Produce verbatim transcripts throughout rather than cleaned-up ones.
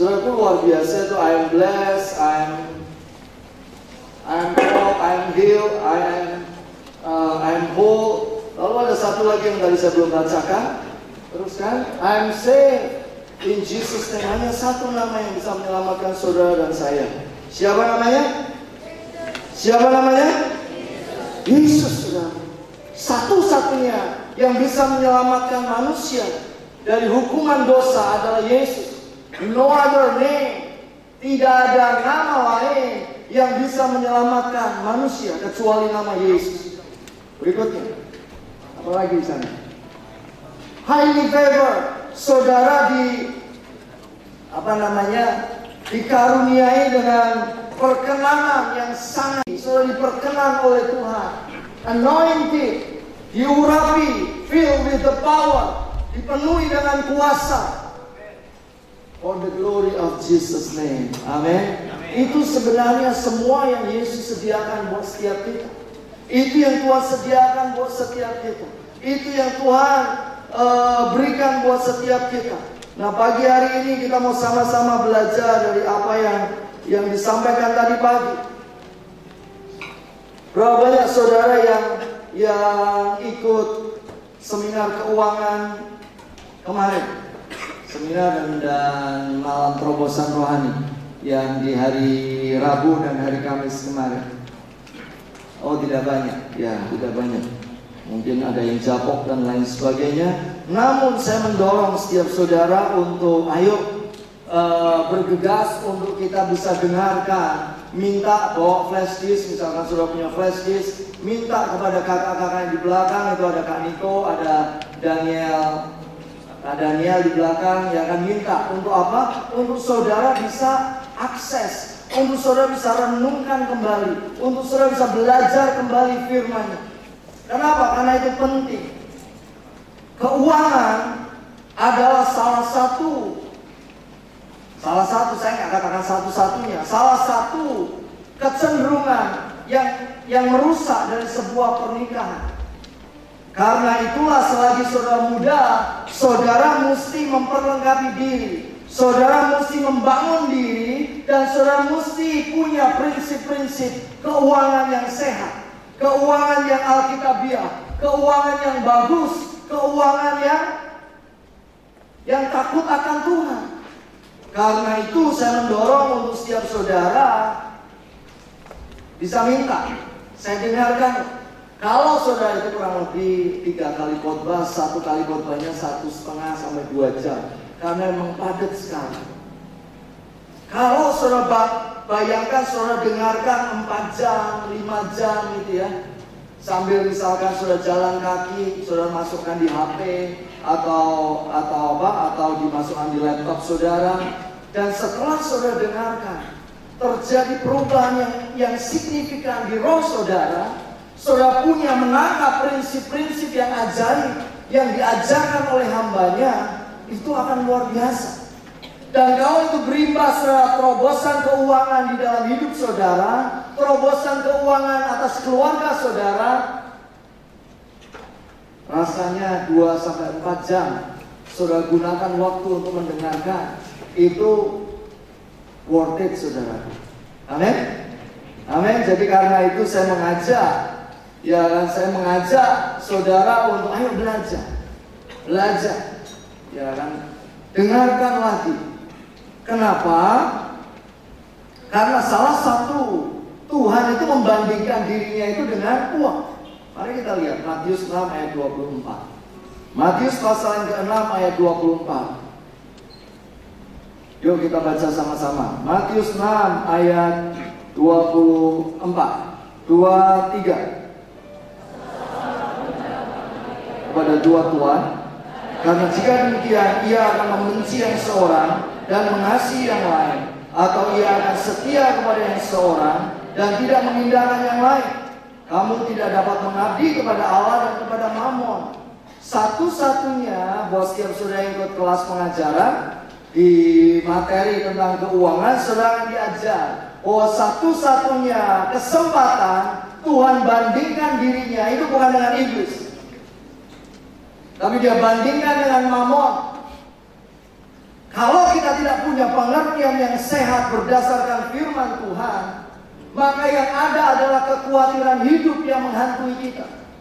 Saudaraku, luar biasa itu. I am blessed, I am I am healed, I am healed, I am uh, I am whole. Lalu ada satu lagi yang tadi saya belum bacakan. Teruskan, I am saved in Jesus name. Hanya satu nama yang bisa menyelamatkan saudara dan saya. Siapa namanya? Siapa namanya? Yesus, saudara. Satu-satunya yang bisa menyelamatkan manusia dari hukuman dosa adalah Yesus. No other name. Tidak ada nama lain yang bisa menyelamatkan manusia kecuali nama Yesus. Berikutnya, apa lagi di sana? Highly favored. Saudara di apa namanya? Dikaruniai dengan perkenanan yang sangat. Saudara diperkenan oleh Tuhan. Anointed, diurapi, filled with the power, dipenuhi dengan kuasa. For the glory of Jesus name. Amin. Itu sebenarnya semua yang Yesus sediakan buat setiap kita. Itu yang Tuhan sediakan buat setiap kita. Itu yang Tuhan uh, berikan buat setiap kita. Nah, pagi hari ini kita mau sama-sama belajar dari apa yang yang disampaikan tadi pagi. Berapa banyak saudara yang yang ikut seminar keuangan kemarin? Seminar dan, dan malam terobosan rohani yang di hari Rabu dan hari Kamis kemarin. Oh, tidak banyak. Ya, tidak banyak. Mungkin ada yang japok dan lain sebagainya. Namun saya mendorong setiap saudara untuk ayo uh, bergegas untuk kita bisa dengarkan. Minta bawa flash disk, misalkan saudara punya flash disk, minta kepada kakak-kakak yang di belakang. Itu ada Kak Niko, ada Daniel. Nah, Daniel di belakang yang akan minta untuk apa? Untuk saudara bisa akses, untuk saudara bisa renungkan kembali, untuk saudara bisa belajar kembali firman-Nya. Kenapa? Karena itu penting. Keuangan adalah salah satu, salah satu saya nggak katakan satu-satunya, salah satu kecenderungan yang yang merusak dari sebuah pernikahan. Karena itulah selagi saudara muda, saudara mesti memperlengkapi diri. Saudara mesti membangun diri. Dan saudara mesti punya prinsip-prinsip keuangan yang sehat, keuangan yang alkitabiah, keuangan yang bagus, keuangan yang Yang takut akan Tuhan. Karena itu saya mendorong untuk setiap saudara bisa minta. Saya dengarkan. Kalau saudara itu kurang lebih tiga kali khotbah, satu kali khotbahnya satu setengah sampai dua jam, karena memang padat sekali. Kalau saudara bayangkan saudara dengarkan empat jam, lima jam gitu ya, sambil misalkan saudara jalan kaki, saudara masukkan di H P atau atau apa, atau dimasukkan di laptop saudara, dan setelah saudara dengarkan terjadi perubahan yang yang signifikan di roh saudara. Saudara punya menangkap prinsip-prinsip yang ajaib yang diajarkan oleh hambanya, itu akan luar biasa. Dan kalau itu berimbas saudara terobosan keuangan di dalam hidup saudara, terobosan keuangan atas keluarga saudara, rasanya dua sampai empat jam saudara gunakan waktu untuk mendengarkan, itu worth it saudara. Amin. Amin. Jadi karena itu saya mengajak, ya kan, saya mengajak saudara untuk ayo belajar, belajar, ya kan, dengarkan lagi. Kenapa? Karena salah satu Tuhan itu membandingkan dirinya itu dengan uang. Mari kita lihat Matius enam ayat dua puluh empat. Matius pasal yang keenam ayat dua puluh empat. Yuk kita baca sama-sama. Matius enam ayat dua puluh empat. Dua, tiga. Kepada dua tuan, karena jika demikian ia akan membenci yang seorang dan mengasihi yang lain, atau ia akan setia kepada yang seorang dan tidak mengindahkan yang lain. Kamu tidak dapat mengabdi kepada Allah dan kepada Mammon. Satu-satunya buat setiap saudara yang ikut kelas pengajaran di materi tentang keuangan, saudara diajar bahwa satu-satunya kesempatan Tuhan bandingkan dirinya itu bukan dengan iblis, tapi dia bandingkan dengan Mammon. Kalau kita tidak punya pengertian yang sehat berdasarkan firman Tuhan, maka yang ada adalah kekhawatiran hidup yang menghantui kita.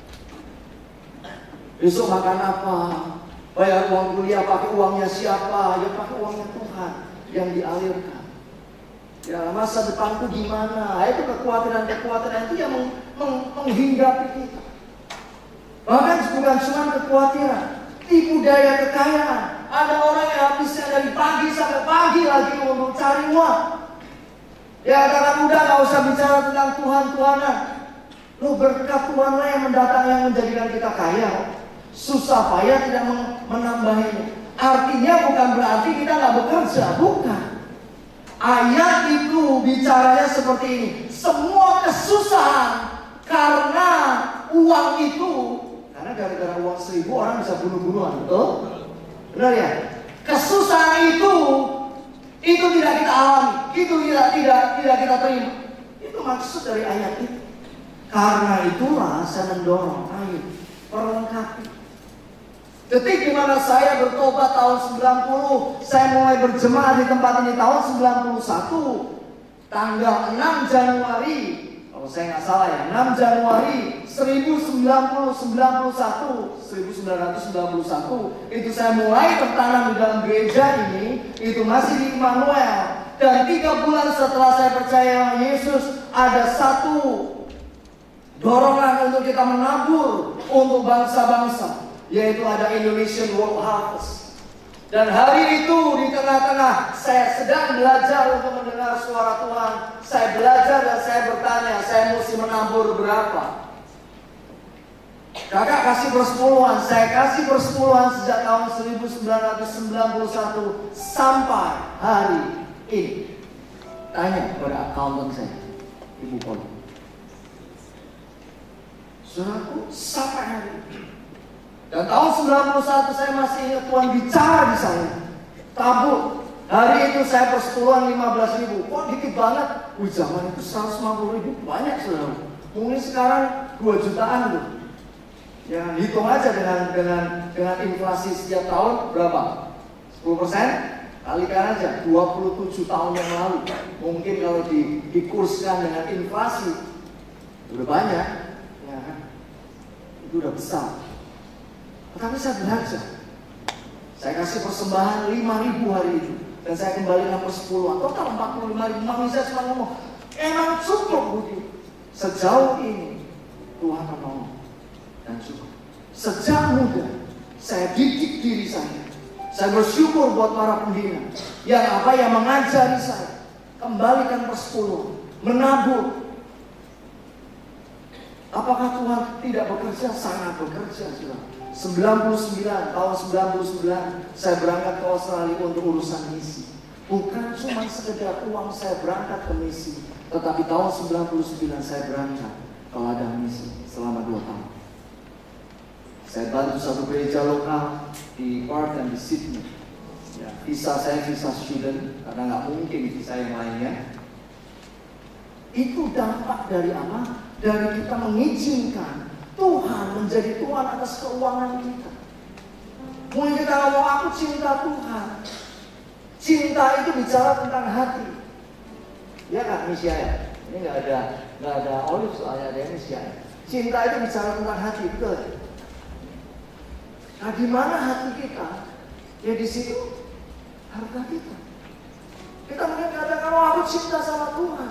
Besok makan apa? Bayar uang kuliah pakai uangnya siapa? Ya pakai uangnya Tuhan yang dialirkan. Ya masa depanku gimana? Itu kekhawatiran-kekhawatiran itu yang meng meng menghinggapi kita. Bahkan bukan cuma kekhawatiran, tipu daya kekayaan. Ada orang yang habisnya dari pagi sampai pagi lagi untuk cari uang. Ya kakak muda gak usah bicara tentang Tuhan-Tuhanan. Lo berkat Tuhanlah yang mendatang yang menjadikan kita kaya. Susah payah tidak menambahinya. Artinya bukan berarti kita gak bekerja, bukan. Ayat itu bicaranya seperti ini. Semua kesusahan karena uang itu, karena gara-gara uang seribu orang bisa bunuh-bunuhan, betul? Benar ya? Kesusahan itu itu tidak kita alami, itu tidak tidak tidak kita terima. Itu maksud dari ayat itu. Karena itulah saya mendorong, ayo perlengkapi. Detik dimana saya bertobat tahun sembilan puluh, saya mulai berjemaah di tempat ini tahun sembilan puluh satu, tanggal enam Januari, kalau saya nggak salah ya, enam Januari seribu sembilan ratus sembilan puluh satu, seribu sembilan ratus sembilan puluh satu, itu saya mulai bertanam di dalam gereja ini, itu masih di Immanuel. Dan tiga bulan setelah saya percaya Yesus, ada satu dorongan untuk kita menabur untuk bangsa-bangsa, yaitu ada Indonesian World Harvest. Dan hari itu di tengah-tengah saya sedang belajar untuk mendengar suara Tuhan. Saya belajar dan saya bertanya, saya mesti menabur berapa? Kakak kasih persepuluhan, saya kasih persepuluhan sejak tahun seribu sembilan ratus sembilan puluh satu sampai hari ini. Tanya kepada akuntan saya, Ibu Poli. Saudaraku, sampai hari ini. Dan tahun sembilan puluh satu saya masih ingat Tuhan bicara di saya. Tabur. Hari itu saya persepuluhan lima belas ribu. Kok dikit banget? Wih, zaman itu seratus lima puluh ribu. Banyak saudara. Mungkin sekarang dua jutaan loh. Ya, hitung aja dengan dengan dengan inflasi setiap tahun berapa? sepuluh persen? Kalikan aja dua puluh tujuh tahun yang lalu. Mungkin kalau di, dikurskan dengan inflasi udah banyak, ya kan? Itu udah besar. Tetapi saya belajar. Saya kasih persembahan lima ribu hari itu, dan saya kembalikan persepuluhan. Total empat puluh lima ribu. Mami saya cuma ngomong, emang cukup Budi. Sejauh ini Tuhan menolong dan cukup. Sejak muda saya didik diri saya. Saya bersyukur buat para pembina yang apa yang mengajari saya. Kembalikan persepuluhan, menabur. Apakah Tuhan tidak bekerja? Sangat bekerja, saudara. sembilan puluh sembilan, tahun sembilan puluh sembilan saya berangkat ke Australia untuk urusan misi. Bukan cuma sekedar uang saya berangkat ke misi, tetapi tahun sembilan puluh sembilan saya berangkat ke ladang misi selama dua tahun. Saya bantu satu gereja lokal di Perth dan di Sydney. Ya, visa saya visa student karena nggak mungkin visa yang lainnya. Itu dampak dari apa? Dari kita mengizinkan Tuhan menjadi Tuhan atas keuangan kita. Mungkin kita ngomong aku cinta Tuhan. Cinta itu bicara tentang hati. Ya kan, Misya ya? Ini nggak ada nggak ada Olive soalnya, ada Misya. Cinta itu bicara tentang hati, betul. Nah, di mana hati kita? Ya di situ harta kita. Kita mungkin katakan, oh aku cinta sama Tuhan.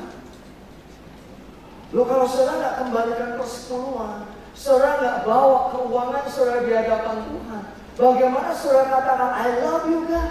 Loh, kalau saudara nggak kembalikan persepuluhan, saudara nggak bawa keuangan saudara di hadapan Tuhan, bagaimana saudara katakan I love you God?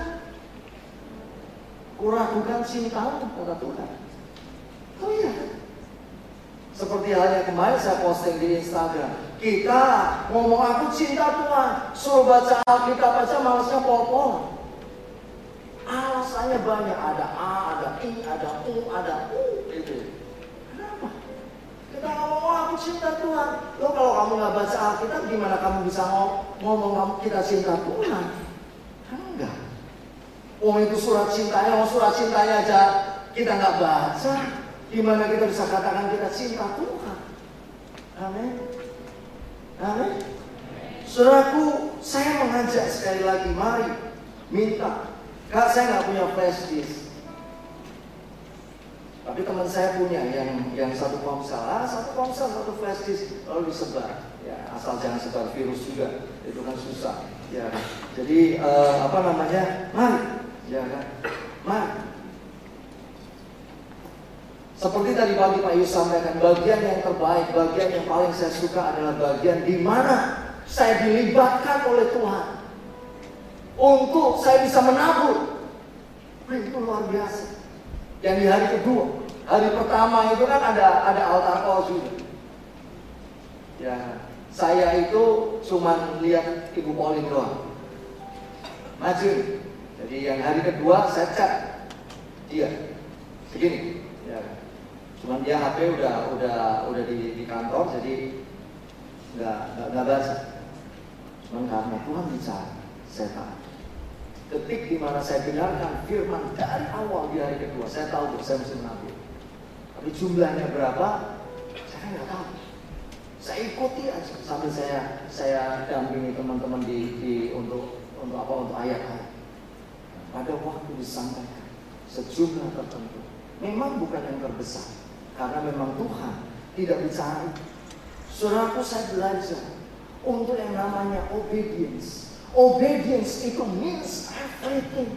Kuragukan cintamu, kata Tuhan. Oh iya. Seperti halnya kemarin saya posting di Instagram. Kita ngomong aku cinta Tuhan, suruh baca Alkitab aja malasnya pol-pol. Alasannya banyak, ada A, ada I, ada U, ada U, gitu. Kenapa? Kita ngomong oh, aku cinta Tuhan. Loh, kalau kamu nggak baca Alkitab, gimana kamu bisa ngomong kamu kita cinta Tuhan? Enggak. Oh itu surat cintanya, oh surat cintanya aja kita nggak baca. Gimana kita bisa katakan kita cinta Tuhan? Amin. Amin. Saudaraku, saya mengajak sekali lagi, mari minta Kak, saya nggak punya flash disk. Tapi teman saya punya yang yang satu ponsel, ah satu ponsel satu flash disk lalu disebar. Ya asal jangan sebar virus juga, itu kan susah. Ya, jadi uh, apa namanya? Mari, ya kan? Mari. Seperti tadi pagi Pak Yus sampaikan, bagian yang terbaik, bagian yang paling saya suka adalah bagian di mana saya dilibatkan oleh Tuhan untuk saya bisa menabur. Itu luar biasa. Yang di hari kedua, hari pertama itu kan ada ada altar call juga. Ya, saya itu cuma lihat Ibu Pauline doang, maju. Jadi yang hari kedua saya chat dia segini. Ya, cuman dia H P udah udah udah di, di kantor, jadi nggak nggak baca. Cuman karena Tuhan bicara, saya tahu. Detik di mana saya dengarkan firman dari awal di hari kedua, saya tahu bahwa saya mesti menabur. Tapi jumlahnya berapa, saya nggak tahu. Saya ikuti aja sambil saya saya dampingi teman-teman di, di untuk untuk apa untuk ayat-ayat. Pada waktu disampaikan sejumlah tertentu, memang bukan yang terbesar, karena memang Tuhan tidak bicara. Saudaraku, saya belajar untuk yang namanya obedience. Obedience itu means everything.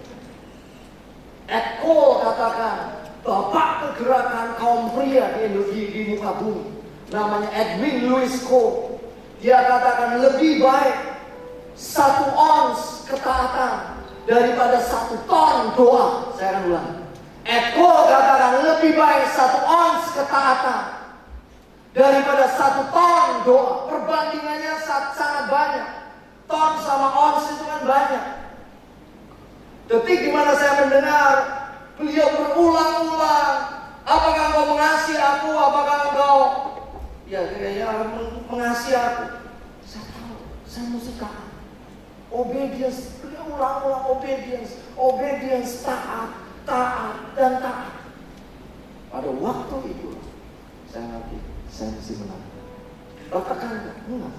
At Cole katakan, bapak kegerakan kaum pria di, di, di muka bumi, namanya Edwin Louis Cole. Dia katakan lebih baik satu ons ketaatan daripada satu ton doa. Saya akan ulang. At Cole katakan lebih baik satu ons ketaatan daripada satu ton doa. Perbandingannya sangat banyak. Ton sama ons itu kan banyak. Detik di mana saya mendengar beliau berulang-ulang, apakah engkau mengasihi aku, apakah engkau ya kayaknya mengasihi aku. Saya tahu, saya mesti taat. Obedience, beliau ulang-ulang obedience, obedience, taat, taat dan taat. Pada waktu itu saya ngerti, saya mesti menang. Katakan enggak? Enggak.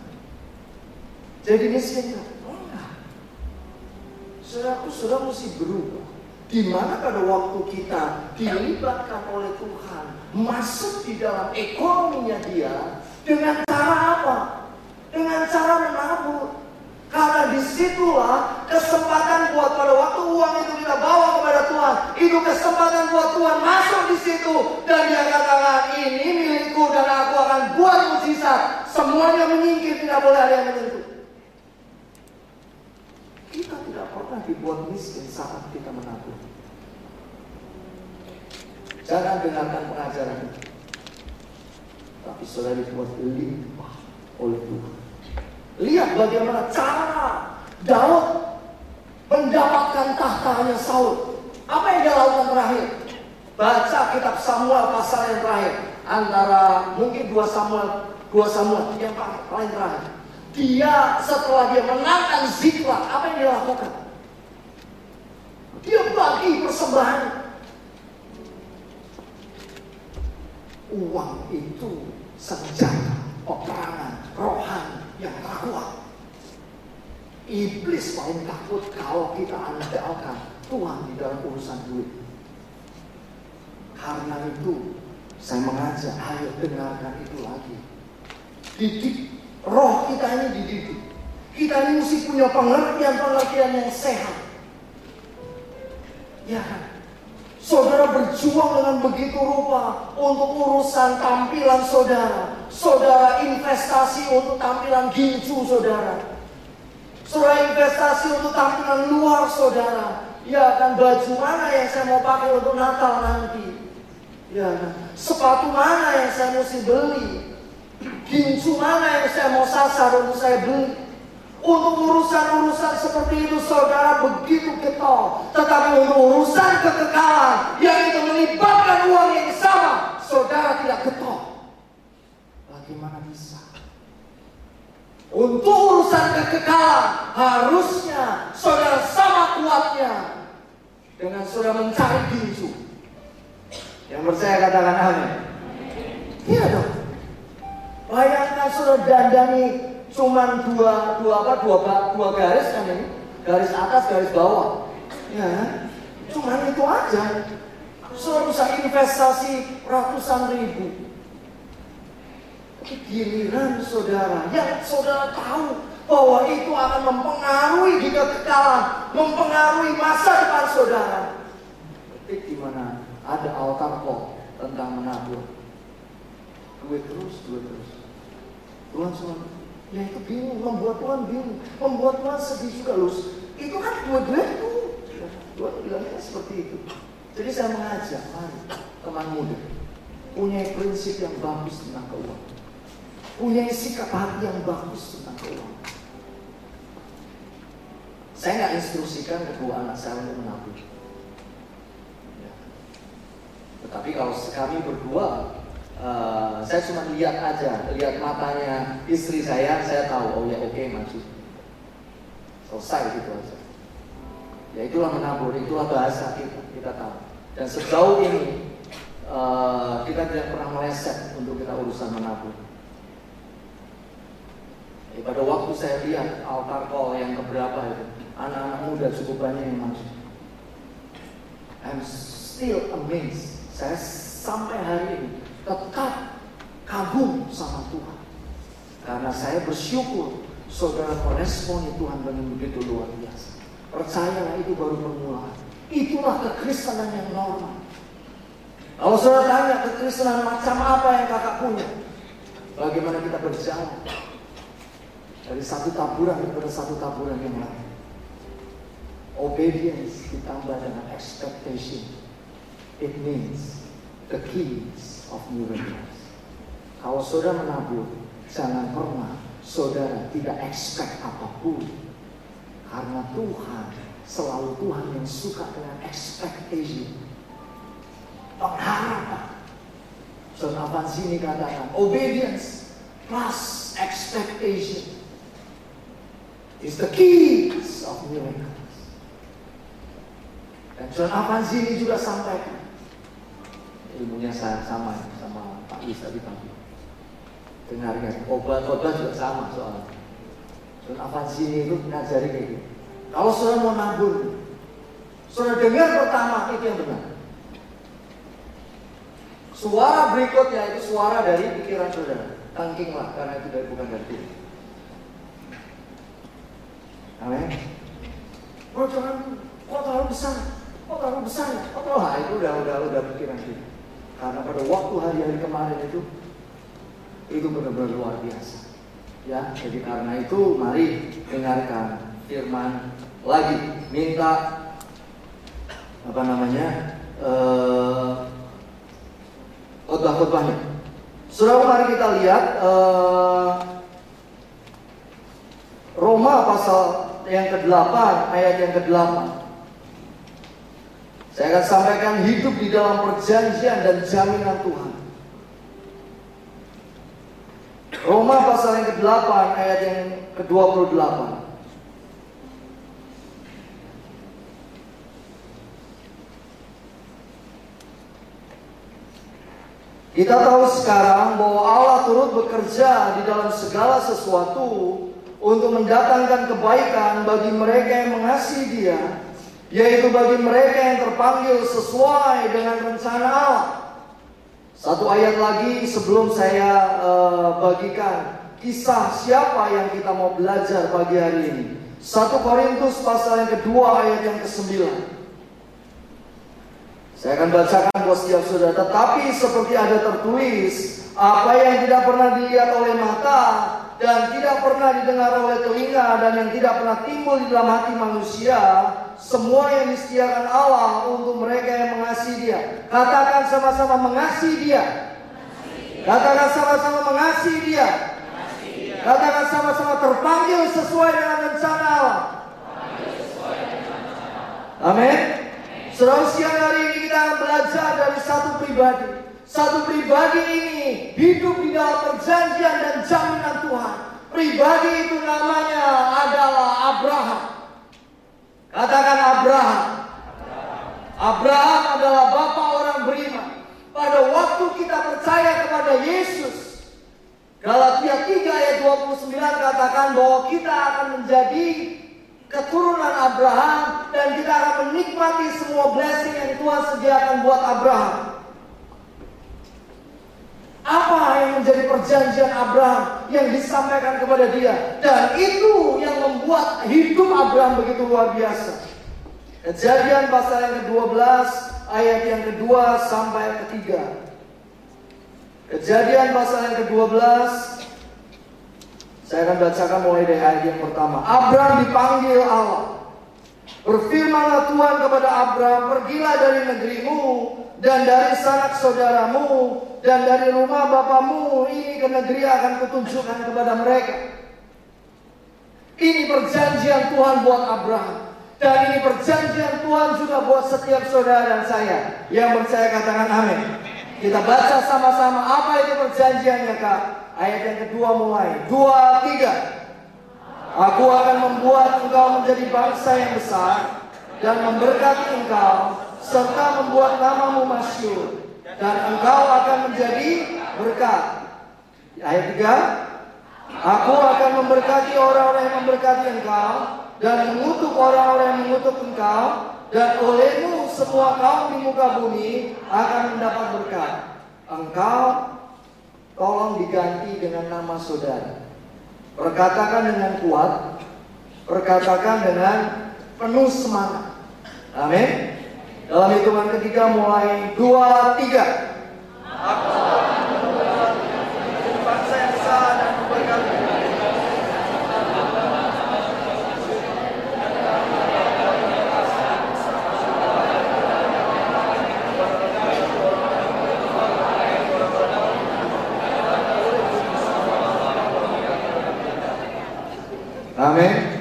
Jadi miskin enggak? Enggak. Saudaraku, saudara mesti berubah. Di mana pada waktu kita dilibatkan oleh Tuhan, masuk di dalam ekonominya dia, dengan cara apa? Dengan cara menabur. Karena disitulah kesempatan buat pada waktu uang itu kita bawa kepada Tuhan, itu kesempatan buat Tuhan masuk di situ dan dia katakan ini milikku dan aku akan buat mujizat. Semuanya menyingkir, tidak boleh ada yang menyentuh. Kita tidak pernah dibuat miskin saat kita menabur. Jangan dengarkan pengajaran itu, tapi saudara dibuat limpah oleh Tuhan. Lihat bagaimana cara Daud mendapatkan tahtanya Saul. Apa yang dia lakukan terakhir? Baca kitab Samuel pasal yang terakhir, antara mungkin dua Samuel, dua Samuel yang paling terakhir. Dia setelah dia menangkan Ziklag, apa yang dia lakukan? Dia bagi persembahan. Uang itu senjata peperangan rohani yang terkuat. Iblis paling takut kalau kita andalkan Tuhan di dalam urusan duit. Karena itu saya mengajak, ayo dengarkan itu lagi. Didik roh kita ini, dididik. Kita ini mesti punya pengertian-pengertian yang sehat. Ya, saudara berjuang dengan begitu rupa untuk urusan tampilan saudara. Saudara investasi untuk tampilan gincu saudara. Saudara investasi untuk tampilan luar saudara. Ya kan, baju mana yang saya mau pakai untuk Natal nanti? Ya kan, sepatu mana yang saya mesti beli? Gincu mana yang saya mau sasar untuk saya beli? Untuk urusan-urusan seperti itu saudara begitu getol. Tetapi untuk urusan kekekalan yang itu melibatkan uang yang sama, saudara tidak getol. Bagaimana bisa? Untuk urusan kekekalan harusnya saudara sama kuatnya dengan saudara mencari gincu. Yang percaya katakan amin. Iya dong. Bayangkan saudara dandani cuman dua dua apa dua dua garis kan ini, garis atas garis bawah, ya. Cuma itu aja. Saudara bisa investasi ratusan ribu. Tapi giliran saudara, yang saudara tahu bahwa itu akan mempengaruhi di kekekalan, mempengaruhi masa depan saudara. Ketik di mana ada altar call tentang menabur. Duit terus, duit terus. Tuhan cuma, ya itu bingung, membuat Tuhan bingung, membuat Tuhan sedih juga loh. Itu kan dua-duanya itu. Tuhan bilangnya seperti itu. Jadi saya mengajak, mari teman muda, punya prinsip yang bagus tentang keuangan, punya sikap hati yang bagus tentang keuangan. Saya nggak instruksikan kedua anak saya untuk menabung. Ya. Tetapi kalau kami berdua, uh, saya cuma lihat aja, lihat matanya istri saya, saya tahu, oh ya oke okay, maju. Selesai gitu aja. Ya itulah menabur, itulah bahasa kita, kita tahu. Dan sejauh ini uh, kita tidak pernah meleset untuk kita urusan menabur. Ya, pada waktu saya lihat altar call yang keberapa itu, anak-anak muda cukup banyak yang masuk. I'm still amazed. Saya sampai hari ini tetap kagum sama Tuhan. Karena saya bersyukur saudara meresponi Tuhan dengan begitu luar biasa. Percayalah itu baru permulaan. Itulah kekristenan yang normal. Kalau saudara tanya kekristenan macam apa yang kakak punya, bagaimana kita berjalan dari satu taburan kepada satu taburan yang lain. Obedience ditambah dengan expectation. It means the keys of miracles. Kalau saudara menabur, jangan pernah saudara tidak expect apapun. Karena Tuhan, selalu Tuhan yang suka dengan expectation, pengharapan. John Avanzini katakan, obedience plus expectation is the keys of miracles. Dan John Avanzini juga sampaikan, ilmunya saya sama sama Pak Is tadi pagi. Dengarkan, obat-obat juga sama soalnya. John Avanzini itu ngajari kayak gitu. Kalau saudara mau nabur, saudara dengar pertama itu yang benar. Suara berikutnya itu suara dari pikiran saudara. Tangkinglah, karena itu dari bukan dari Tuhan. Amin. Oh jangan, kok terlalu besar, kok terlalu besar ya? Kok terlalu, nah, itu udah udah udah pikiran kita. Karena pada waktu hari-hari kemarin itu, itu benar-benar luar biasa. Ya, jadi karena itu mari dengarkan firman lagi, minta apa namanya uh, khotbah-khotbahnya. Saudara, mari kita lihat uh, Roma pasal yang kedelapan ayat yang kedelapan. Saya akan sampaikan hidup di dalam perjanjian dan jaminan Tuhan. Roma pasal yang kedelapan ayat yang kedua puluh delapan. Kita tahu sekarang bahwa Allah turut bekerja di dalam segala sesuatu untuk mendatangkan kebaikan bagi mereka yang mengasihi Dia, yaitu bagi mereka yang terpanggil sesuai dengan rencana Allah. Satu ayat lagi sebelum saya uh, bagikan kisah siapa yang kita mau belajar pagi hari ini. satu Korintus pasal yang kedua ayat yang kesembilan. Saya akan bacakan buat setiap saudara. Tetapi seperti ada tertulis, apa yang tidak pernah dilihat oleh mata dan tidak pernah didengar oleh telinga dan yang tidak pernah timbul di dalam hati manusia, semua yang disediakan Allah untuk mereka yang mengasihi Dia. Katakan sama-sama mengasihi Dia. Katakan sama-sama mengasihi Dia. Katakan sama-sama terpanggil sesuai dengan rencana Allah. Amin. Saudara, siang hari ini kita akan belajar dari satu pribadi. Satu pribadi ini hidup di dalam perjanjian dan jaminan Tuhan. Pribadi itu namanya adalah Abraham. Katakan Abraham. Abraham adalah bapa orang beriman. Pada waktu kita percaya kepada Yesus, Galatia tiga ayat dua puluh sembilan katakan bahwa kita akan menjadi keturunan Abraham dan kita akan menikmati menikmati semua blessing yang Tuhan sediakan buat Abraham. Apa yang menjadi perjanjian Abraham yang disampaikan kepada dia? Dan itu yang membuat hidup Abraham begitu luar biasa. Kejadian pasal yang kedua belas ayat yang kedua sampai ketiga. Kejadian pasal yang kedua belas, saya akan bacakan mulai dari ayat yang pertama. Abraham dipanggil Allah. Berfirmanlah Tuhan kepada Abraham, pergilah dari negerimu dan dari sanak saudaramu dan dari rumah bapamu, ini ke negeri akan kutunjukkan kepada mereka. Ini perjanjian Tuhan buat Abraham. Dan ini perjanjian Tuhan juga buat setiap saudara dan saya. Yang percaya katakan amin. Kita baca sama-sama apa itu perjanjiannya, Kak. Ayat yang kedua mulai. Dua, tiga. Aku akan membuat engkau menjadi bangsa yang besar dan memberkati engkau, serta membuat namamu masyhur, dan engkau akan menjadi berkat. Ayat tiga. Aku akan memberkati orang-orang yang memberkati engkau, dan mengutuk orang-orang yang mengutuk engkau, dan olehmu semua kaum di muka bumi akan mendapat berkat. Engkau tolong diganti dengan nama saudara. Perkatakan dengan kuat, perkatakan dengan penuh semangat. Amin. Dalam hitungan ketiga mulai dua, tiga. Aku akan membuat bangsa yang besar dan memberkati. Amin.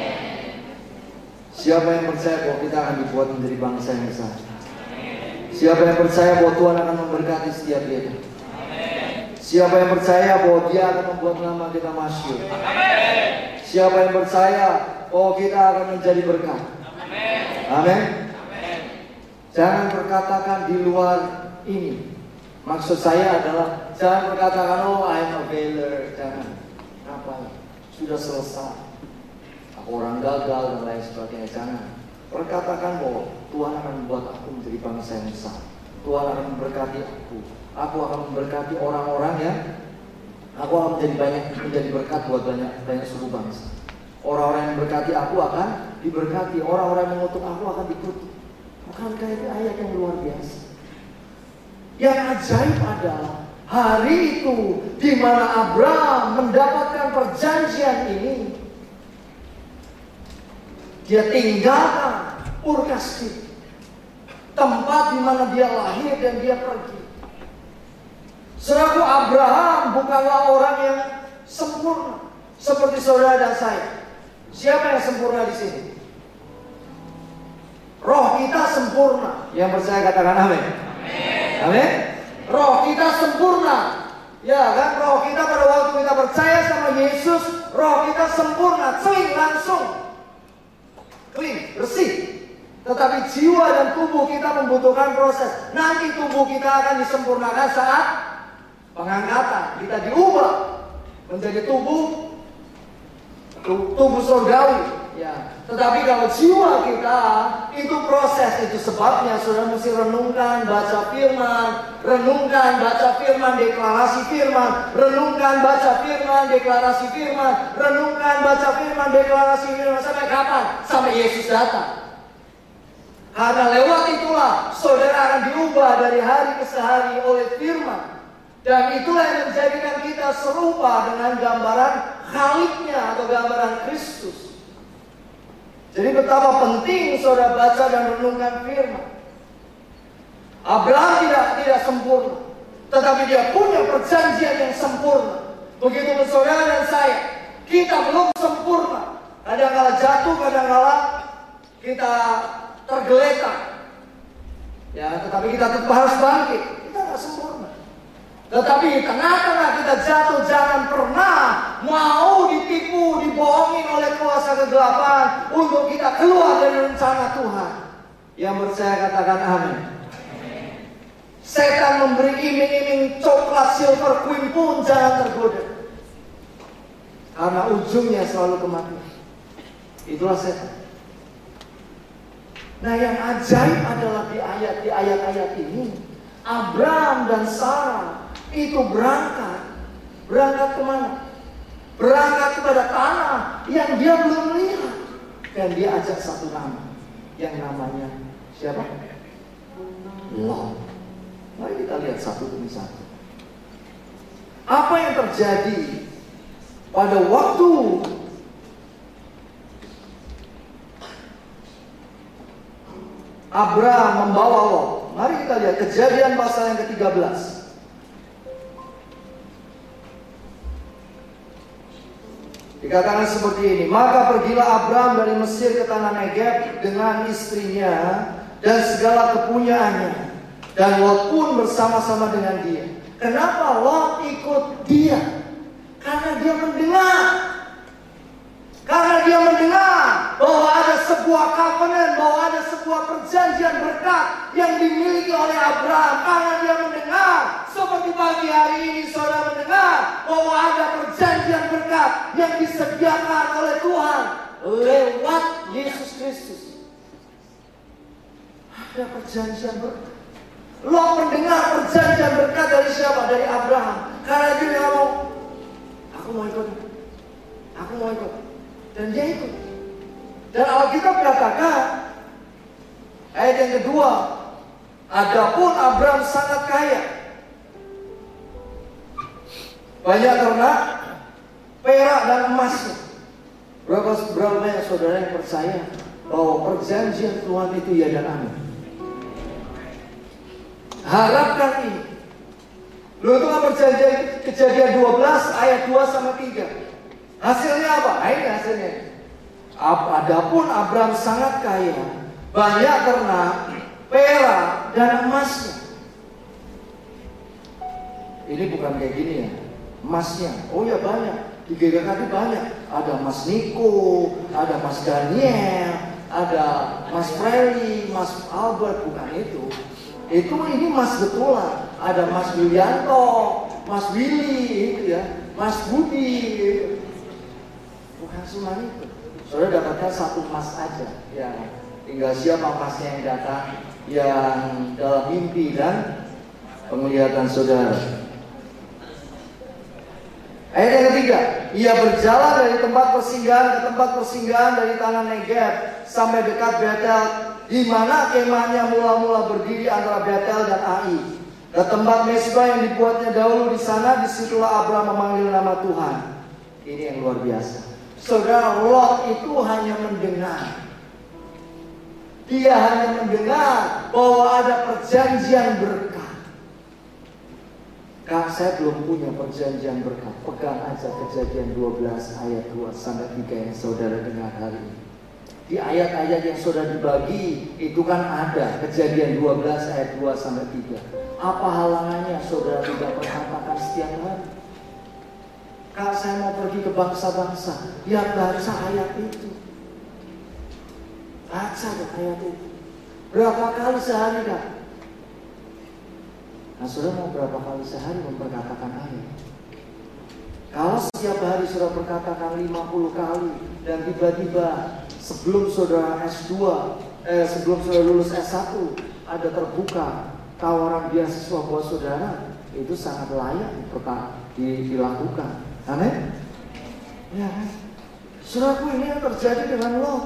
Siapa yang percaya bahwa kita akan dibuat menjadi bangsa yang besar? Siapa yang percaya bahwa Tuhan akan memberkati setiap kita? Siapa yang percaya bahwa Dia akan membuat nama kita masyhur? Siapa yang percaya bahwa kita akan menjadi berkat? Amin. Jangan berkatakan di luar ini. Maksud saya adalah jangan berkatakan, oh I'm a failure. Jangan. Apa? Sudah selesai. Aku orang gagal dan lain sebagainya. Jangan. Perkatakan bahwa Tuhan akan membuat aku menjadi bangsa yang besar. Tuhan akan memberkati aku. Aku akan memberkati orang-orang yang aku akan menjadi banyak menjadi berkat buat banyak banyak suku bangsa. Orang-orang yang berkati aku akan diberkati. Orang-orang yang mengutuk aku akan dikutuk. Bukankah itu ayat yang luar biasa? Yang ajaib adalah hari itu di mana Abraham mendapatkan perjanjian ini, dia tinggalkan Ur Kasdim, tempat di mana dia lahir dan dia pergi. Saudaraku, Abraham bukanlah orang yang sempurna seperti saudara dan saya. Siapa yang sempurna di sini? Roh kita sempurna. Yang percaya katakan amin. Amin. Roh kita sempurna. Ya kan, roh kita pada waktu kita percaya sama Yesus, roh kita sempurna, clean langsung. Clean, bersih. Tetapi jiwa dan tubuh kita membutuhkan proses. Nanti tubuh kita akan disempurnakan saat pengangkatan. Kita diubah menjadi tubuh tubuh surgawi. Ya. Tetapi kalau jiwa kita itu proses, itu sebabnya saudara mesti renungkan, baca firman, renungkan, baca firman, deklarasi firman, renungkan, baca firman, deklarasi firman, renungkan, baca firman, deklarasi firman. Sampai kapan? Sampai Yesus datang. Karena lewat itulah saudara akan diubah dari hari ke hari oleh firman. Dan itulah yang menjadikan kita serupa dengan gambaran Khaliknya atau gambaran Kristus. Jadi betapa penting saudara baca dan renungkan firman. Abraham tidak tidak sempurna, tetapi dia punya perjanjian yang sempurna. Begitu pun saudara dan saya, kita belum sempurna. Kadang-kala jatuh, kadang-kala kita tergeletak. Ya, tetapi kita tetap harus bangkit. Kita tidak sempurna. Tetapi di tengah-tengah kita jatuh, jangan pernah mau ditipu, dibohongin oleh kuasa kegelapan untuk kita keluar dari rencana Tuhan. Yang percaya katakan amin. Setan memberi iming-iming coklat silver queen pun jangan tergoda. Karena ujungnya selalu kematian. Itulah setan. Nah, yang ajaib adalah di ayat di ayat-ayat ini, Abraham dan Sarah itu berangkat. Berangkat kemana? Berangkat kepada tanah yang dia belum lihat. Dan dia ajak satu nama, yang namanya siapa? Lot. Mari kita lihat satu demi satu. Apa yang terjadi pada waktu Abraham membawa Lot? Mari kita lihat Kejadian pasal yang ke tiga belas. Dikatakan seperti ini, maka pergilah Abraham dari Mesir ke tanah Negeb dengan istrinya dan segala kepunyaannya, dan Lot pun bersama-sama dengan dia. Kenapa Lot ikut dia? Karena dia mendengar. Karena dia mendengar bahwa ada sebuah covenant, bahwa ada sebuah perjanjian berkat yang dimiliki oleh Abraham. Karena dia mendengar, seperti pagi hari ini saudara mendengar bahwa ada perjanjian berkat yang disediakan oleh Tuhan lewat Yesus Kristus. Ada perjanjian berkat. Lot mendengar perjanjian berkat dari siapa? Dari Abraham. Karena dia ngomong, aku mau ikut, aku mau ikut. Dan dia ikut. Dan Alkitab katakan ayat yang kedua, adapun Abraham sangat kaya, banyak ternak, perak dan emasnya. Berapa berapa banyak saudara yang percaya bahwa perjanjian Tuhan itu ya dan amin? Harapkan ini. Lu itu kan perjanjian Kejadian dua belas ayat dua sampai tiga. Hasilnya apa? Nah, ini hasilnya. Adapun Abraham sangat kaya, banyak ternak, perak dan emasnya. Ini bukan kayak gini ya. Emasnya, oh ya banyak. Di G K K banyak. Ada Mas Niko, ada Mas Daniel, ada Mas Freddy, Mas Albert. Bukan itu. Itu ini Mas betulan. Ada Mas Yulianto, Mas Willy, itu ya, Mas Budi. Itu. Bukan cuma itu. Saudara dapatkan satu emas aja. Ya, tinggal siapa emasnya yang datang, yang dalam mimpi dan penglihatan saudara. Ayat yang ketiga, ia berjalan dari tempat persinggahan ke tempat persinggahan dari tanah Negeb sampai dekat Betel, di mana kemahnya mula-mula berdiri antara Betel dan Ai. Ke tempat mesbah yang dibuatnya dahulu di sana, disitulah Abraham memanggil nama Tuhan. Ini yang luar biasa. Saudara, Lot itu hanya mendengar. Dia hanya mendengar bahwa ada perjanjian berkat. Kak, saya belum punya perjanjian berkat. Pegang aja Kejadian dua belas ayat dua sampai tiga yang saudara dengar hari ini. Di ayat-ayat yang sudah dibagi itu kan ada Kejadian dua belas ayat dua sampai tiga. Apa halangannya saudara tidak perhatikan setiap hari? Kak, saya mau pergi ke bangsa-bangsa. Ya baca ayat itu. Baca ayat itu. Berapa kali sehari, Kak? Nah, saudara mau berapa kali sehari memperkatakan ayat? Kalau setiap hari saudara perkatakan lima puluh kali, dan tiba-tiba sebelum saudara S dua, eh, sebelum saudara lulus S satu, ada terbuka tawaran beasiswa buat saudara, itu sangat layak dilakukan. Amin. Ya, saudaraku, ini yang terjadi dengan Lot.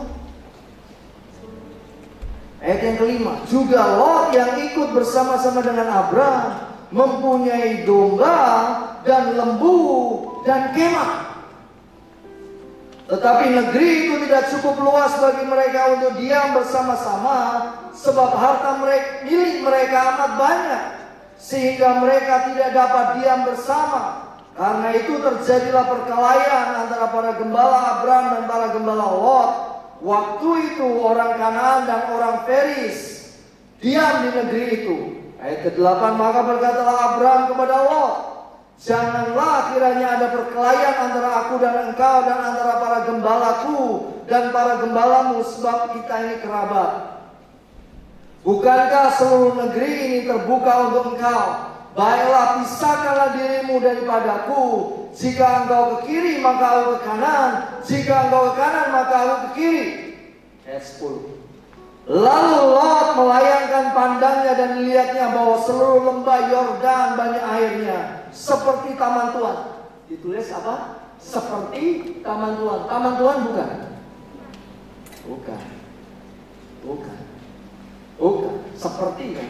Ayat yang kelima, juga Lot yang ikut bersama-sama dengan Abraham mempunyai domba dan lembu dan kemah. Tetapi negeri itu tidak cukup luas bagi mereka untuk diam bersama-sama, sebab harta mereka, milik mereka amat banyak, sehingga mereka tidak dapat diam bersama. Karena itu terjadilah perkelahian antara para gembala Abraham dan para gembala Lot. Waktu itu orang Kanaan dan orang Feris diam di negeri itu. Ayat kedelapan, maka berkatalah Abraham kepada Lot, janganlah kiranya ada perkelahian antara aku dan engkau dan antara para gembalaku dan para gembalamu, sebab kita ini kerabat. Bukankah seluruh negeri ini terbuka untuk engkau? Baiklah, pisahkanlah dirimu daripadaku. Jika engkau ke kiri, maka aku ke kanan. Jika engkau ke kanan, maka aku ke kiri. Ayat sepuluh. Lalu Lot melayangkan pandangnya dan lihatnya bahwa seluruh lembah Yordan banyak airnya, seperti taman Tuhan. Ditulis apa? Seperti taman Tuhan. Taman Tuhan bukan? Bukan. Bukan. Bukan. Seperti kan?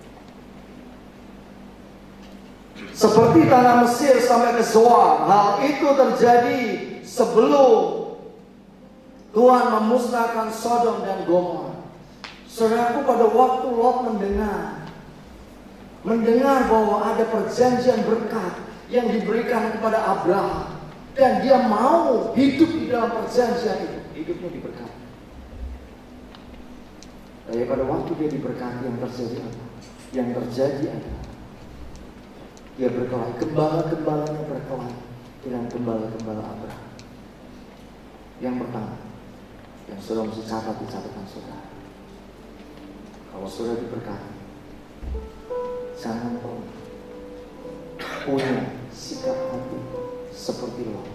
Seperti tanah Mesir sampai ke Zoar. Hal itu terjadi sebelum Tuhan memusnahkan Sodom dan Gomora. Saudaraku, pada waktu Lot mendengar Mendengar bahwa ada perjanjian berkat yang diberikan kepada Abraham, dan dia mau hidup di dalam perjanjian itu, hidupnya diberkati. Tapi pada waktu dia diberkati, yang terjadi apa? Yang terjadi adalah dia berkelahi, gembala-gembalanya berkelahi dengan gembala-gembala Abraham. Yang pertama, yang sudah mesti catat di catatan saudara, kalau sudah diberkati, jangan pernah punya sikap hati seperti Lot.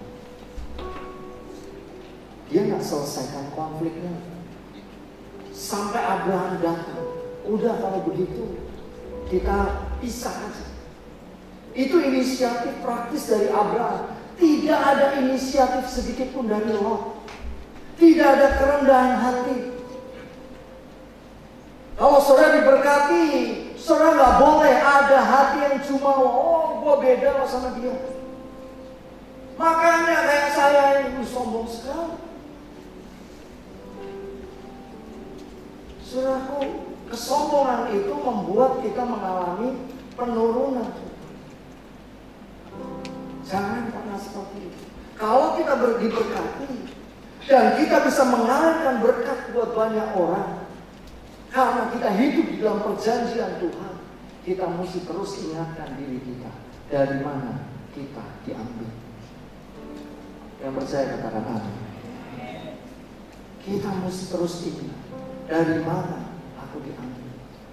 Dia nggak selesaikan konfliknya sampai Abraham datang. Udah, kalau begitu kita pisah aja. Itu inisiatif praktis dari Abraham. Tidak ada inisiatif sedikit pun dari Lot. Tidak ada kerendahan hati. Kalau saudara diberkati, saudara nggak boleh ada hati yang cuma, oh gue beda loh sama dia. Makanya kayak saya ini sombong sekali. Saudaraku, kesombongan itu membuat kita mengalami penurunan. Jangan pernah seperti itu. Kalau kita diberkati dan kita bisa mengalirkan berkat buat banyak orang, karena kita hidup di dalam perjanjian Tuhan, kita mesti terus ingatkan diri kita, dari mana kita diambil. Yang percaya katakan amin. Kita mesti terus ingat, dari mana aku diambil.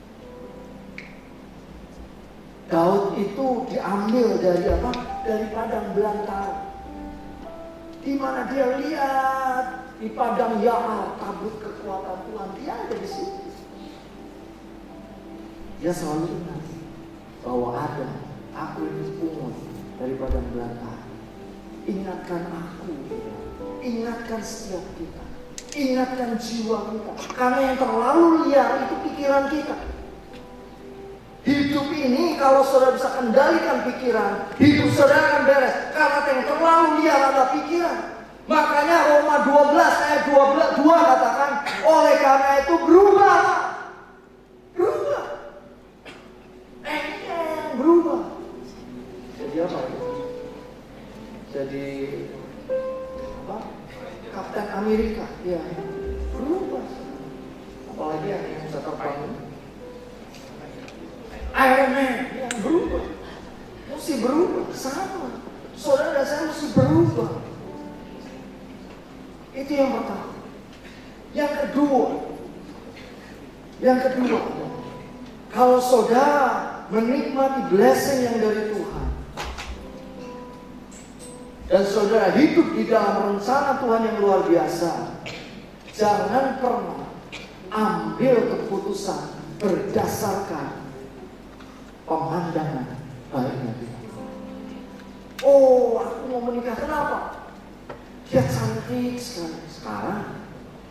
Daud itu diambil dari apa? Dari padang belantara, di mana dia lihat di padang Yaar tabut kekuatan Tuhan. Dia ada di situ. Dia selalu ingat bahwa ada aku ini pungut dari padang belantara. Ingatkan aku, ingatkan setiap kita, ingatkan jiwa kita. Karena yang terlalu liar itu pikiran kita. Hidup ini kalau saudara bisa kendalikan pikiran, hidup saudara akan beres. Karena yang terlalu liar adalah pikiran. Makanya Roma dua belas ayat dua belas dua katakan, oleh karena itu berubah. Berubah. Eh, berubah. Jadi apa? Jadi apa? Kapten Amerika. Ya, berubah. Apalagi yang bisa terbang. Iron Man yang berubah, mesti berubah, sama. Saudara dan saya mesti berubah. Itu yang pertama. Yang kedua, yang kedua, kalau saudara menikmati blessing yang dari Tuhan, dan saudara hidup di dalam rencana Tuhan yang luar biasa, jangan pernah ambil keputusan berdasarkan pemandangan baiknya dia. Oh, aku mau menikah, kenapa? Dia cantik sekali. Sekarang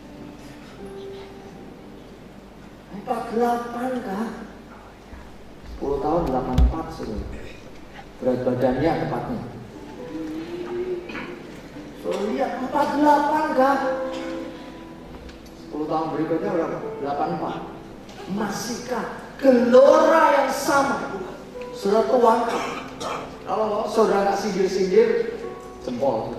empat puluh delapan kah? sepuluh tahun delapan puluh empat sudah. Berat badannya tepatnya. So, lihat empat puluh delapan kah? sepuluh tahun berikutnya berapa? delapan puluh empat. Masihkah gelora yang sama? Sudah tuangkan. Kalau saudara nggak sindir-sindir, jempol.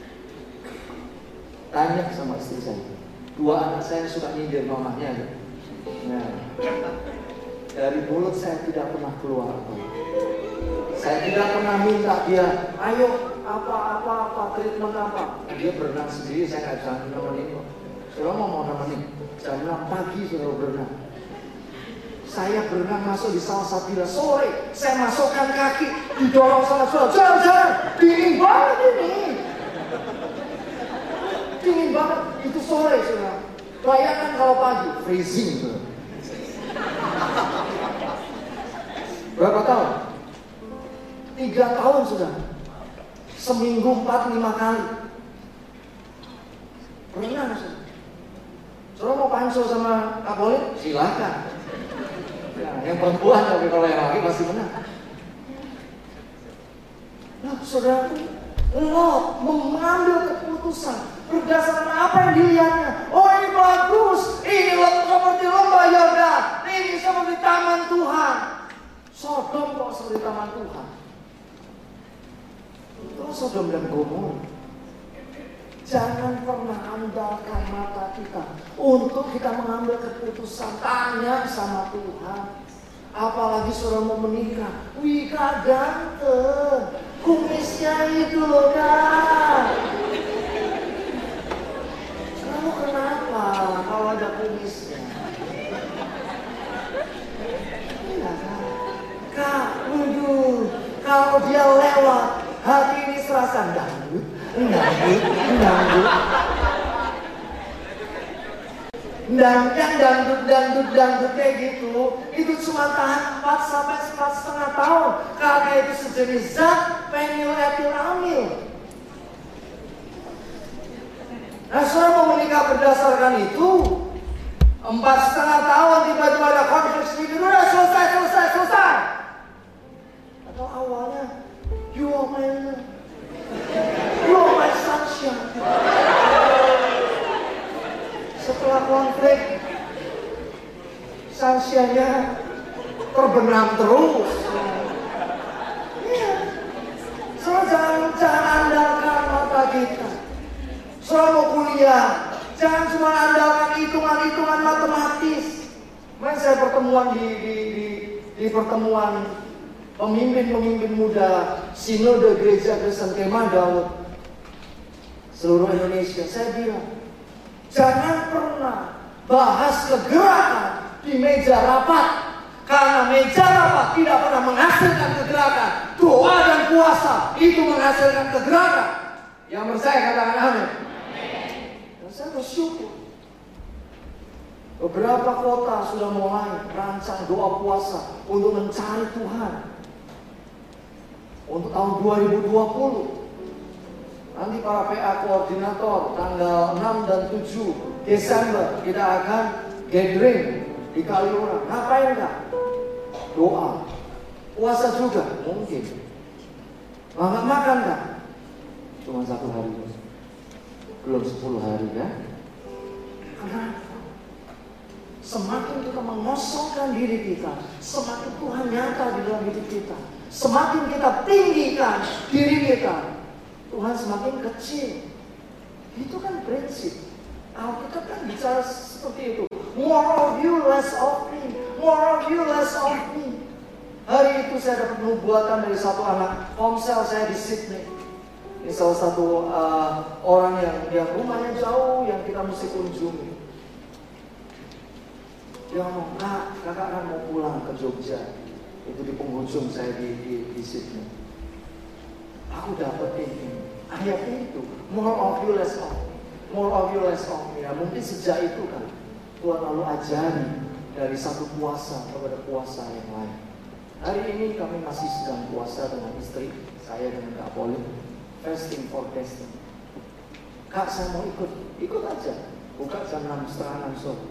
Tanya sama istri saya. Dua anak saya suka nyindir mamanya. Nah, dari mulut saya tidak pernah keluar apa. Saya tidak pernah minta dia, ayo apa-apa apa treatment apa. Dia berenang sendiri, saya nggak bisa nemenin. Saudara mau mau nemenin? Jam enam pagi sudah berenang. Saya berenang masuk di Salsabila sore, saya masukkan kaki, didorong sama saudara, jangan-jangan, dingin banget ini. Dingin banget, itu sore saudara. Bayangkan kalau pagi, freezing tuh. Berapa tahun? Tiga tahun sudah. Seminggu empat lima kali. Pernah sudah. Saudara mau panso sama Kapolri? Silakan. Ya, yang perempuan, tapi kalau yang laki pasti menang. Nah, saudaraku, lo mengambil keputusan berdasarkan apa yang dilihatnya. Oh, ini bagus, ini seperti lembah Yordan, ini seperti taman Tuhan. Sodom kok seperti taman Tuhan. Itu Sodom dan Gomora. Jangan pernah andalkan mata kita untuk kita mengambil keputusan. Tanya sama Tuhan. Apalagi saudara mau menikah. Wih, Kak ganteng. Kumisnya itu loh, Kak. Kamu kenapa kalau ada kumisnya? Iya, Kak. Kak, waduh. Kalau dia lewat, hati ini serasa dangdut. Dangdut, dangdut. Dan yang dangdut, dangdut, dangdut kayak gitu, itu cuma tahan empat sampai empat setengah tahun. Karena itu sejenis zat feniletilamil. Nah, saudara mau menikah berdasarkan itu, empat setengah tahun tiba-tiba ada konflik sedikit, udah selesai, selesai, selesai. Atau awalnya, you are my love, you are my sunshine. Setelah konflik, sunshine-nya terbenam terus. Iya. So, jangan, jangan andalkan mata kita. So, mau kuliah, jangan cuma andalkan hitungan-hitungan matematis. Kemarin saya pertemuan di, di, di, di pertemuan pemimpin-pemimpin muda Sinode Gereja Kristen Kemah Daud seluruh Indonesia. Saya bilang, jangan pernah bahas kegerakan di meja rapat. Karena meja rapat tidak pernah menghasilkan kegerakan. Doa dan puasa itu menghasilkan kegerakan. Yang percaya katakan amin. Dan saya bersyukur. Beberapa kota sudah mulai merancang doa puasa untuk mencari Tuhan. Untuk tahun dua ribu dua puluh. Nanti para P A koordinator tanggal enam dan tujuh Desember kita akan gathering di Kaliurang. Ngapain enggak? Doa. Puasa juga mungkin. Nggak makan enggak? Cuma satu hari. Belum sepuluh hari kan? Kenapa? Semakin kita mengosongkan diri kita, semakin Tuhan nyata di dalam hidup kita. Semakin kita tinggikan diri kita, Tuhan semakin kecil. Itu kan prinsip. Alkitab kan bicara seperti itu. More of you, less of me. More of you, less of me. Hari itu saya dapat nubuatan dari satu anak komsel saya di Sydney. Ini salah satu uh, orang yang, yang rumahnya jauh yang kita mesti kunjungi. Dia ngomong, Kak, kakak kan mau pulang ke Jogja. Itu di penghujung saya di, di, di Sydney. Aku dapat ini. Ayat itu, more of you, less of me. More of you, less of me. Ya, mungkin sejak itu kan Tuhan lalu ajari dari satu puasa kepada puasa yang lain. Hari ini kami masih sedang puasa dengan istri saya dengan Kak Poli, fasting for destiny. Kak, saya mau ikut, ikut aja. Buka jam enam setengah enam sore.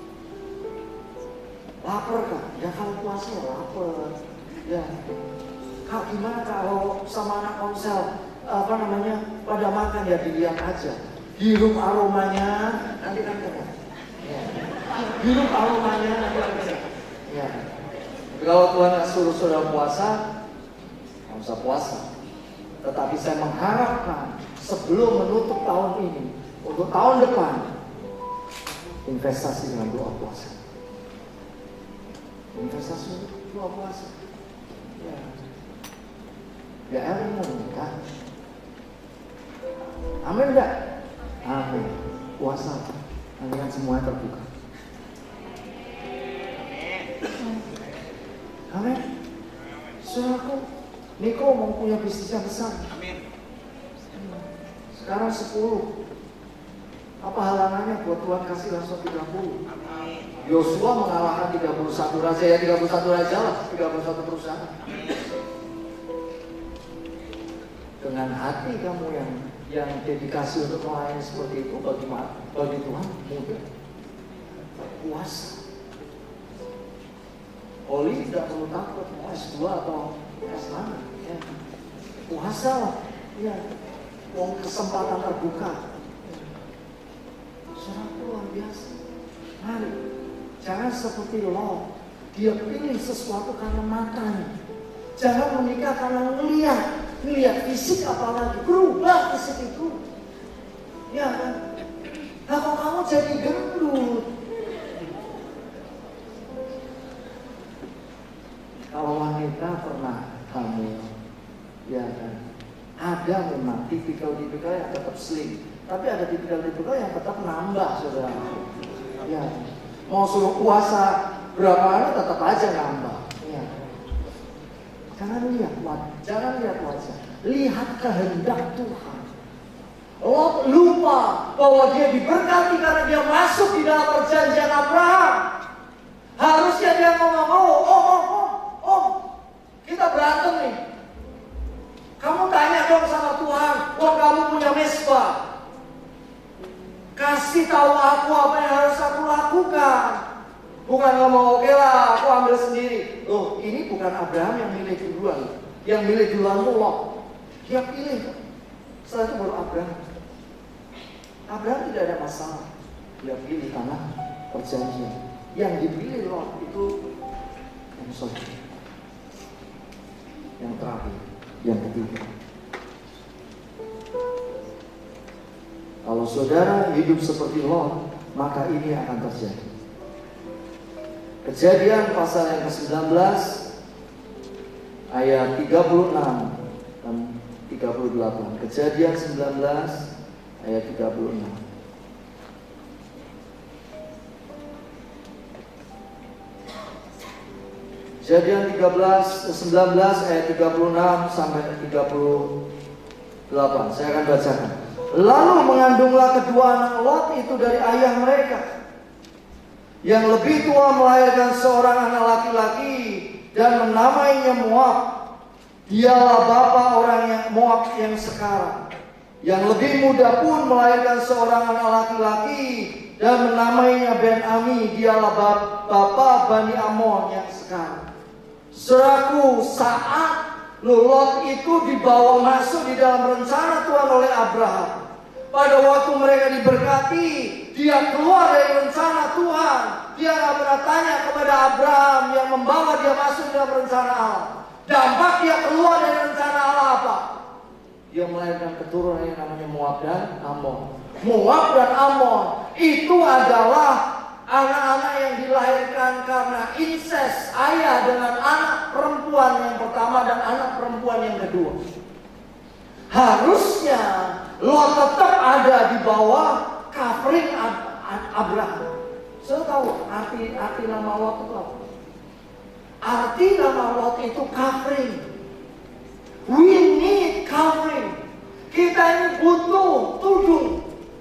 Lapar Kak? Ya kalau puasa lapar. Ya. Kak, gimana kalau sama anak komsel apa namanya pada makan ya dilihat aja. Hirup aromanya nanti kan kena. Ya. Hirup aromanya nanti kan kena. Ya. Kalau Tuhan nggak suruh saudara puasa, nggak usah puasa. Tetapi saya mengharapkan sebelum menutup tahun ini, untuk tahun depan, investasi dengan doa puasa. Investasi doa puasa. Ya. Ya, Ellen mau menikah. Amin enggak? Amin. Puasa. Nanti kan semuanya terbuka. Amin. Saudaraku, Niko mau punya bisnis yang besar. Amin. Sekarang sepuluh. Apa halangannya buat Tuhan kasih langsung tiga puluh? Yosua mengalahkan tiga puluh satu raja, ya tiga puluh satu raja lah, tiga puluh satu perusahaan. Dengan hati kamu yang yang dedikasi untuk melayani seperti itu, bagi bagi Tuhan mudah. Puasa. Oli tidak perlu takut mau S dua atau S mana, ya. Puasa lah, ya. Wong kesempatan terbuka. Saudara, luar biasa. Mari, jangan seperti Lot. Dia pilih sesuatu karena matanya. Jangan menikah karena melihat, melihat fisik apalagi berubah fisik itu. Ya kan? Nah, kalau kamu jadi gendut, kalau wanita pernah hamil, ya kan? Ada memang tipikal-tipikal yang tetap slim, tapi ada tipikal-tipikal yang tetap nambah, saudara. Ya, mau suruh puasa berapa hari tetap aja nambah. Ya. Jangan lihat wajah, jangan lihat wajah, lihat kehendak Tuhan. Lot lupa bahwa dia diberkati karena dia masuk di dalam perjanjian Abraham. Harusnya dia ngomong, oh, oh, oh, oh, oh, kita berantem nih. Kamu tanya dong sama Tuhan, oh kamu punya mesbah. Kasih tahu aku apa yang harus aku lakukan. Bukan ngomong, oke lah, aku ambil sendiri. Loh, ini bukan Abraham yang milih duluan. Yang milih duluan itu Lot. Dia pilih. Setelah itu baru Abraham. Abraham tidak ada masalah. Dia pilih tanah perjanjian. Yang dipilih Lot itu yang Sodom. Yang terakhir, yang ketiga. Kalau saudara hidup seperti Lot, maka ini akan terjadi. Kejadian pasal yang ke sembilan belas ayat tiga puluh enam dan tiga puluh delapan. Kejadian sembilan belas ayat tiga puluh enam. Kejadian tiga belas, sembilan belas ayat tiga puluh enam sampai tiga puluh delapan. Saya akan bacakan. Lalu mengandunglah kedua anak Lot itu dari ayah mereka. Yang lebih tua melahirkan seorang anak laki-laki dan menamainya Moab. Dialah bapa orang yang Moab yang sekarang. Yang lebih muda pun melahirkan seorang anak laki-laki dan menamainya Ben-Ami. Dialah bapa Bani Amon yang sekarang. Seraku saat Lot itu dibawa masuk di dalam rencana Tuhan oleh Abraham. Pada waktu mereka diberkati, dia keluar dari rencana Tuhan. Dia nggak pernah tanya kepada Abraham yang membawa dia masuk dalam rencana Allah. Dampak dia keluar dari rencana Allah apa? Dia melahirkan keturunan yang namanya Moab dan Amon. Moab dan Amon itu adalah anak-anak yang dilahirkan karena incest ayah dengan anak perempuan yang pertama dan anak perempuan yang kedua. Harusnya Lot tetap ada di bawah covering Abraham. Saya tahu arti arti nama Lot itu apa? Arti nama Lot itu covering. We need covering. Kita ini butuh tudung.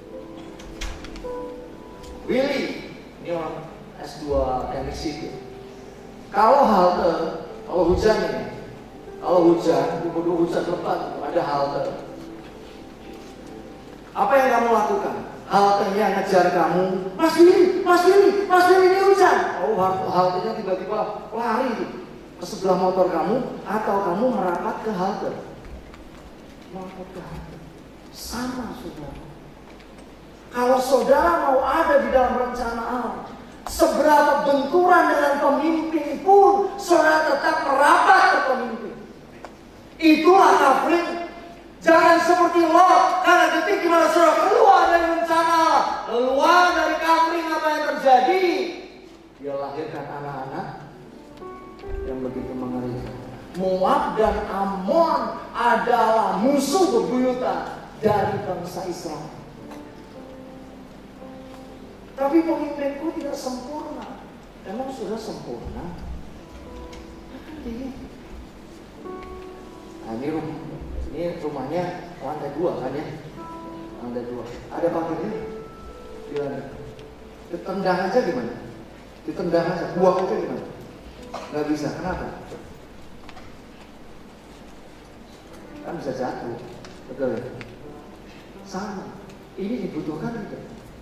Willy, ini orang S dua teknik sipil. Kalau halte, kalau hujan ini, kalau hujan, bukan hujan lebat, ada halte. Apa yang kamu lakukan? Haltenya ngejar kamu, Mas Willy, Mas Willy, Mas Willy ini hujan. Oh, haltenya tiba-tiba lari ke sebelah motor kamu, atau kamu merapat ke halte. Merapat ke halte. Sama, saudara. Kalau saudara mau ada di dalam rencana Allah, seberapa benturan dengan pemimpin pun, saudara tetap merapat ke pemimpin. Itulah covering. Jangan seperti Lot, karena detik dimana saudara keluar dari rencana Allah, keluar dari covering, apa yang terjadi? Dia lahirkan anak-anak yang begitu mengerikan. Moab dan Amon adalah musuh bebuyutan dari bangsa Israel. Tapi pemimpinku tidak sempurna. Emang sudah sempurna? Nah, ini, rumah, ini rumahnya lantai dua kan ya? Lantai dua. Ada pagarnya? Gimana? Ditendang aja gimana? Ditendang aja, buang aja gimana? Gak bisa, kenapa? Kan bisa jatuh, betul ya? Sama, ini dibutuhkan juga.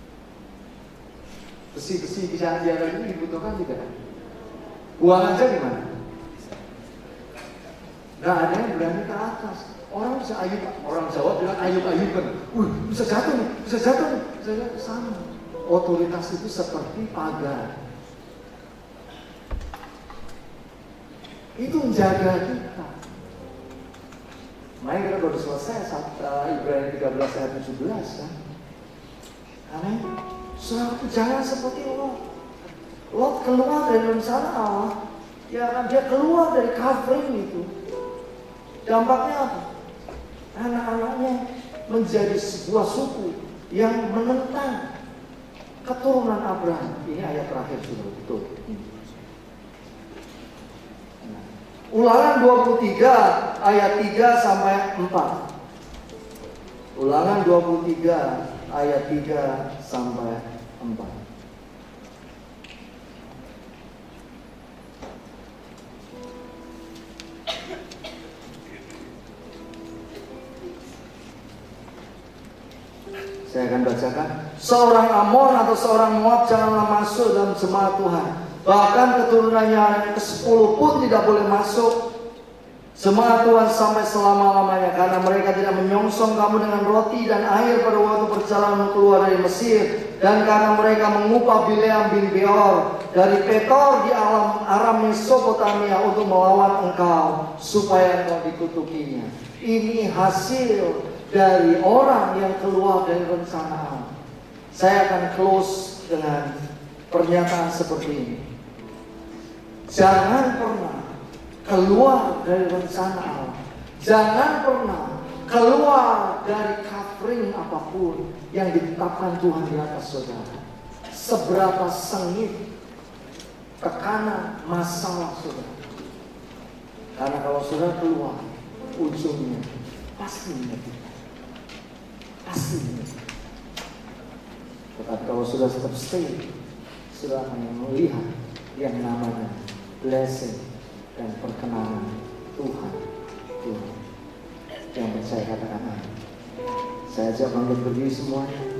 Besi-besi bisa jalan ini dibutuhkan juga. Buang aja gimana? Gak ada yang berani ke atas. Orang bisa ayub, orang Jawa bilang ayub-ayuban. Wih, bisa jatuh nih, bisa jatuh nih. Saya sama. Otoritas itu seperti pagar. Itu menjaga kita. Makanya kita baru selesai uh, Ibrani tiga belas ayat tujuh belas kan. Amin. Saudara, jangan seperti Lot. Lot keluar dari rencana Allah. Ya kan, dia keluar dari covering itu. Dampaknya apa? Anak-anaknya menjadi sebuah suku yang menentang keturunan Abraham. Ini ayat terakhir sudah betul. Ulangan dua puluh tiga ayat tiga sampai empat. Ulangan dua puluh tiga ayat tiga sampai empat. Saya akan bacakan. Seorang Amon atau seorang Moab janganlah masuk dalam jemaat Tuhan. Bahkan keturunannya yang kesepuluh pun tidak boleh masuk jemaat Tuhan sampai selama-lamanya. Karena mereka tidak menyongsong kamu dengan roti dan air pada waktu perjalanan keluar dari Mesir. Dan karena mereka mengupah Bileam bin Beor dari Petor di alam Aram Mesopotamia untuk melawan engkau supaya engkau dikutukinya. Ini hasil dari orang yang keluar dari rencana Allah. Saya akan close dengan pernyataan seperti ini. Jangan pernah keluar dari rencana Allah. Jangan pernah keluar dari covering apapun yang ditetapkan Tuhan di atas saudara. Seberapa sengit tekanan masalah saudara. Karena kalau saudara keluar, ujungnya pasti menyakitkan. Pasti menyakitkan. Tetapi kalau sudah tetap stay, sudah akan melihat yang namanya blessing dan perkenanan Tuhan. Tuhan yang percaya katakan amin. Saya ajak bangkit berdiri semuanya.